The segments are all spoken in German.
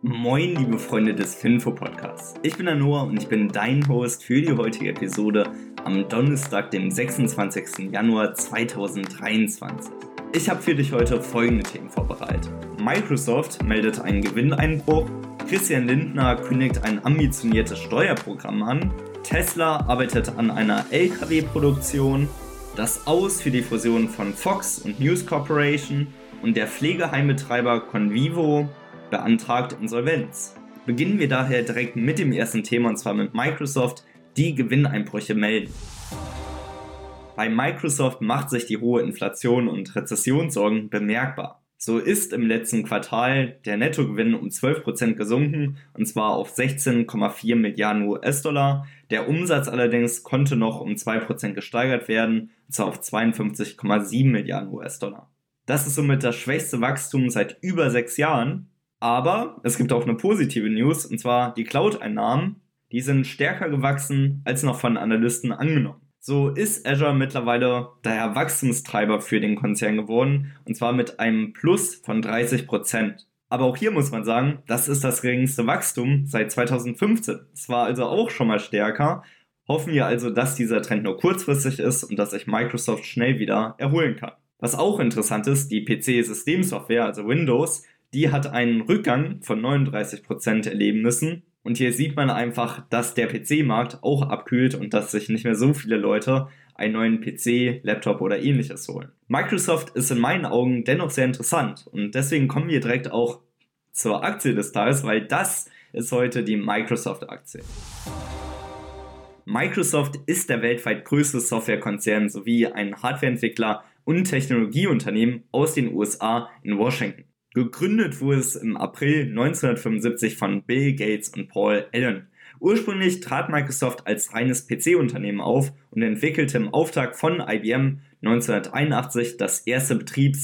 Moin, liebe Freunde des Finfo-Podcasts. Ich bin der Noah und ich bin dein Host für die heutige Episode am Donnerstag, dem 26. Januar 2023. Ich habe für dich heute folgende Themen vorbereitet. Microsoft meldet einen Gewinneinbruch, Christian Lindner kündigt ein ambitioniertes Steuerprogramm an, Tesla arbeitet an einer LKW-Produktion, das Aus für die Fusion von Fox und News Corporation und der Pflegeheimbetreiber Convivo beantragt Insolvenz. Beginnen wir daher direkt mit dem ersten Thema, und zwar mit Microsoft, die Gewinneinbrüche melden. Bei Microsoft macht sich die hohe Inflation und Rezessionssorgen bemerkbar. So ist im letzten Quartal der Nettogewinn um 12% gesunken, und zwar auf 16,4 Milliarden US-Dollar. Der Umsatz allerdings konnte noch um 2% gesteigert werden, und zwar auf 52,7 Milliarden US-Dollar. Das ist somit das schwächste Wachstum seit über 6 Jahren. Aber es gibt auch eine positive News, und zwar die Cloud-Einnahmen, die sind stärker gewachsen als noch von Analysten angenommen. So ist Azure mittlerweile der Wachstumstreiber für den Konzern geworden, und zwar mit einem Plus von 30%. Aber auch hier muss man sagen, das ist das geringste Wachstum seit 2015. Es war also auch schon mal stärker. Hoffen wir also, dass dieser Trend nur kurzfristig ist und dass sich Microsoft schnell wieder erholen kann. Was auch interessant ist, die PC-Systemsoftware, also Windows, die hat einen Rückgang von 39% erleben müssen. Und hier sieht man einfach, dass der PC-Markt auch abkühlt und dass sich nicht mehr so viele Leute einen neuen PC, Laptop oder ähnliches holen. Microsoft ist in meinen Augen dennoch sehr interessant und deswegen kommen wir direkt auch zur Aktie des Tages, weil das ist heute die Microsoft-Aktie. Microsoft ist der weltweit größte Softwarekonzern sowie ein Hardwareentwickler und Technologieunternehmen aus den USA in Washington. Gegründet wurde es im April 1975 von Bill Gates und Paul Allen. Ursprünglich trat Microsoft als reines PC-Unternehmen auf und entwickelte im Auftrag von IBM 1981 das erste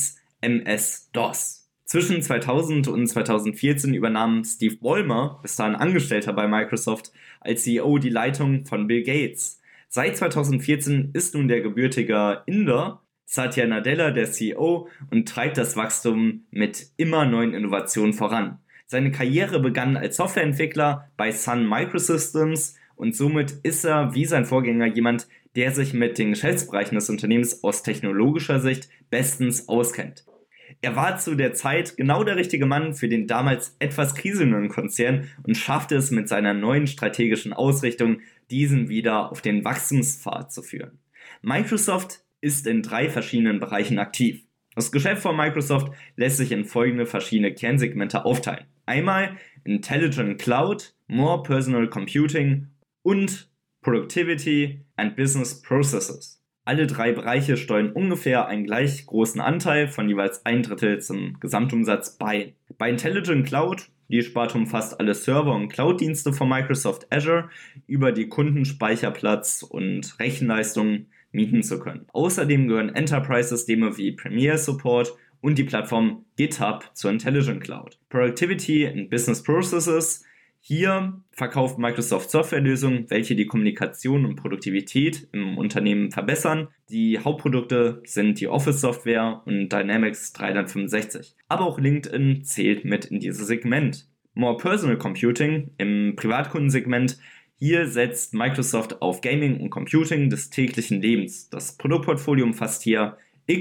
Betriebs-MS-DOS. Zwischen 2000 und 2014 übernahm Steve Ballmer, bis dahin Angestellter bei Microsoft, als CEO die Leitung von Bill Gates. Seit 2014 ist nun der gebürtige Inder Satya Nadella der CEO und treibt das Wachstum mit immer neuen Innovationen voran. Seine Karriere begann als Softwareentwickler bei Sun Microsystems und somit ist er wie sein Vorgänger jemand, der sich mit den Geschäftsbereichen des Unternehmens aus technologischer Sicht bestens auskennt. Er war zu der Zeit genau der richtige Mann für den damals etwas kriselnden Konzern und schaffte es mit seiner neuen strategischen Ausrichtung, diesen wieder auf den Wachstumspfad zu führen. Microsoft ist in 3 verschiedenen Bereichen aktiv. Das Geschäft von Microsoft lässt sich in folgende verschiedene Kernsegmente aufteilen. Einmal Intelligent Cloud, More Personal Computing und Productivity and Business Processes. Alle 3 Bereiche steuern ungefähr einen gleich großen Anteil von jeweils 1/3 zum Gesamtumsatz bei. Bei Intelligent Cloud, die Sparte umfasst alle Server- und Cloud-Dienste von Microsoft Azure über die Kundenspeicherplatz und Rechenleistung mieten zu können. Außerdem gehören Enterprise-Systeme wie Premier Support und die Plattform GitHub zur Intelligent Cloud. Productivity and Business Processes. Hier verkauft Microsoft Softwarelösungen, welche die Kommunikation und Produktivität im Unternehmen verbessern. Die Hauptprodukte sind die Office-Software und Dynamics 365. Aber auch LinkedIn zählt mit in dieses Segment. More Personal Computing im Privatkundensegment. Hier setzt Microsoft auf Gaming und Computing des täglichen Lebens. Das Produktportfolio umfasst hier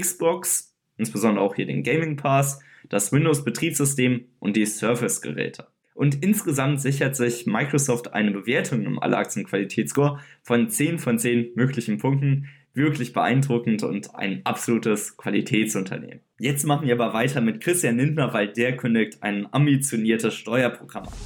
Xbox, insbesondere auch hier den Gaming Pass, das Windows-Betriebssystem und die Surface-Geräte. Und insgesamt sichert sich Microsoft eine Bewertung im Alle-Aktien-Qualitätsscore von 10 von 10 möglichen Punkten. Wirklich beeindruckend und ein absolutes Qualitätsunternehmen. Jetzt machen wir aber weiter mit Christian Lindner, weil der kündigt ein ambitioniertes Steuerprogramm an.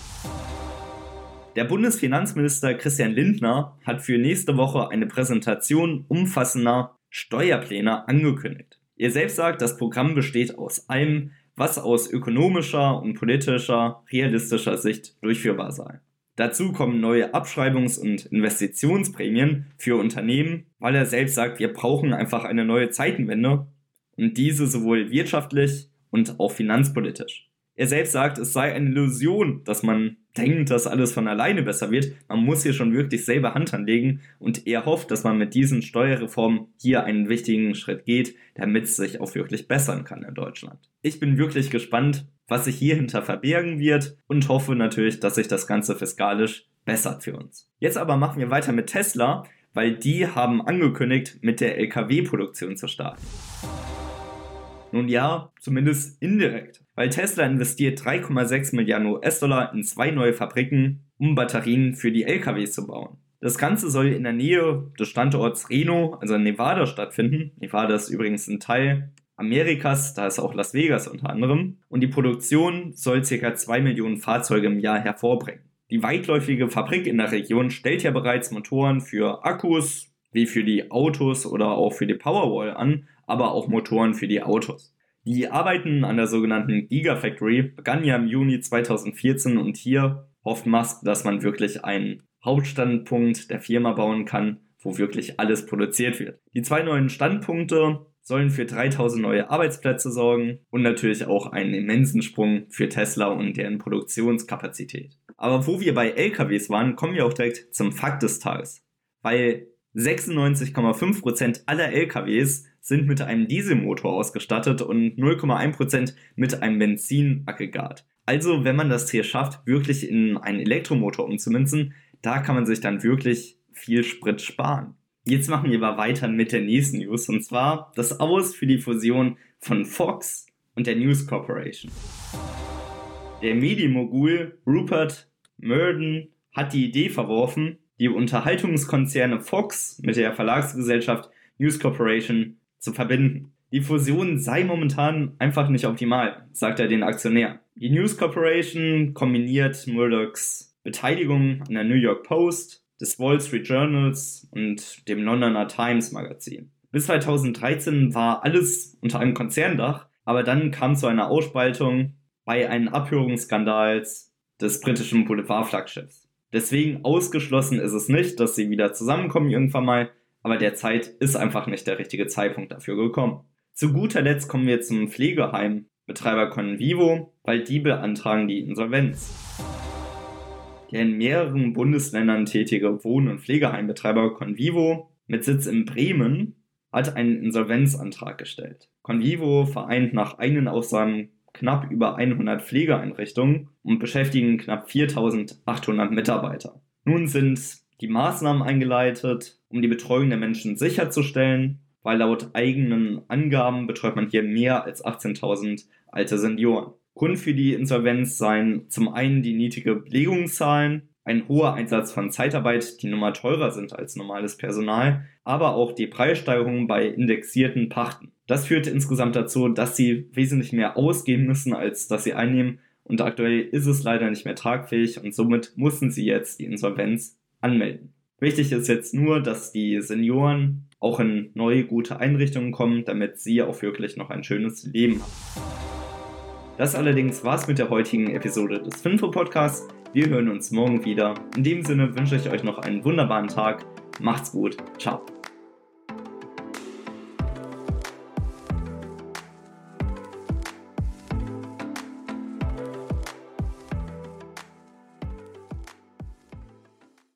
Der Bundesfinanzminister Christian Lindner hat für nächste Woche eine Präsentation umfassender Steuerpläne angekündigt. Er selbst sagt, das Programm besteht aus allem, was aus ökonomischer und politischer, realistischer Sicht durchführbar sei. Dazu kommen neue Abschreibungs- und Investitionsprämien für Unternehmen, weil er selbst sagt, wir brauchen einfach eine neue Zeitenwende und diese sowohl wirtschaftlich und auch finanzpolitisch. Er selbst sagt, es sei eine Illusion, dass man denkt, dass alles von alleine besser wird. Man muss hier schon wirklich selber Hand anlegen und er hofft, dass man mit diesen Steuerreformen hier einen wichtigen Schritt geht, damit es sich auch wirklich bessern kann in Deutschland. Ich bin wirklich gespannt, was sich hierhinter verbergen wird und hoffe natürlich, dass sich das Ganze fiskalisch bessert für uns. Jetzt aber machen wir weiter mit Tesla, weil die haben angekündigt, mit der LKW-Produktion zu starten. Nun ja, zumindest indirekt, weil Tesla investiert 3,6 Milliarden US-Dollar in 2 neue Fabriken, um Batterien für die LKWs zu bauen. Das Ganze soll in der Nähe des Standorts Reno, also in Nevada, stattfinden. Nevada ist übrigens ein Teil Amerikas, da ist auch Las Vegas unter anderem. Und die Produktion soll ca. 2 Millionen Fahrzeuge im Jahr hervorbringen. Die weitläufige Fabrik in der Region stellt ja bereits Motoren für Akkus, wie für die Autos oder auch für die Powerwall an, aber auch Motoren für die Autos. Die Arbeiten an der sogenannten Gigafactory begannen ja im Juni 2014 und hier hofft Musk, dass man wirklich einen Hauptstandpunkt der Firma bauen kann, wo wirklich alles produziert wird. Die 2 neuen Standpunkte sollen für 3000 neue Arbeitsplätze sorgen und natürlich auch einen immensen Sprung für Tesla und deren Produktionskapazität. Aber wo wir bei LKWs waren, kommen wir auch direkt zum Fakt des Tages. Weil 96,5% aller LKWs sind mit einem Dieselmotor ausgestattet und 0,1% mit einem Benzinaggregat. Also wenn man das hier schafft, wirklich in einen Elektromotor umzumünzen, da kann man sich dann wirklich viel Sprit sparen. Jetzt machen wir aber weiter mit der nächsten News, und zwar das Aus für die Fusion von Fox und der News Corporation. Der Medienmogul Rupert Murdoch hat die Idee verworfen, die Unterhaltungskonzerne Fox mit der Verlagsgesellschaft News Corporation zu verbinden. Die Fusion sei momentan einfach nicht optimal, sagt er den Aktionären. Die News Corporation kombiniert Murdochs Beteiligung an der New York Post, des Wall Street Journals und dem Londoner Times Magazin. Bis 2013 war alles unter einem Konzerndach, aber dann kam zu einer Ausspaltung bei einem Abhörungsskandal des britischen Boulevardflaggschiffs. Deswegen ausgeschlossen ist es nicht, dass sie wieder zusammenkommen irgendwann mal, aber derzeit ist einfach nicht der richtige Zeitpunkt dafür gekommen. Zu guter Letzt kommen wir zum Pflegeheimbetreiber Convivo, weil die beantragen die Insolvenz. Der in mehreren Bundesländern tätige Wohn- und Pflegeheimbetreiber Convivo mit Sitz in Bremen hat einen Insolvenzantrag gestellt. Convivo vereint nach eigenen Aussagen knapp über 100 Pflegeeinrichtungen und beschäftigen knapp 4.800 Mitarbeiter. Nun sind die Maßnahmen eingeleitet, um die Betreuung der Menschen sicherzustellen, weil laut eigenen Angaben betreut man hier mehr als 18.000 alte Senioren. Grund für die Insolvenz seien zum einen die niedrige Belegungszahlen, ein hoher Einsatz von Zeitarbeit, die nun mal teurer sind als normales Personal, aber auch die Preissteigerungen bei indexierten Pachten. Das führt insgesamt dazu, dass sie wesentlich mehr ausgeben müssen, als dass sie einnehmen, und aktuell ist es leider nicht mehr tragfähig und somit mussten sie jetzt die Insolvenz anmelden. Wichtig ist jetzt nur, dass die Senioren auch in neue, gute Einrichtungen kommen, damit sie auch wirklich noch ein schönes Leben haben. Das allerdings war's mit der heutigen Episode des Finfo-Podcasts. Wir hören uns morgen wieder. In dem Sinne wünsche ich euch noch einen wunderbaren Tag. Macht's gut. Ciao.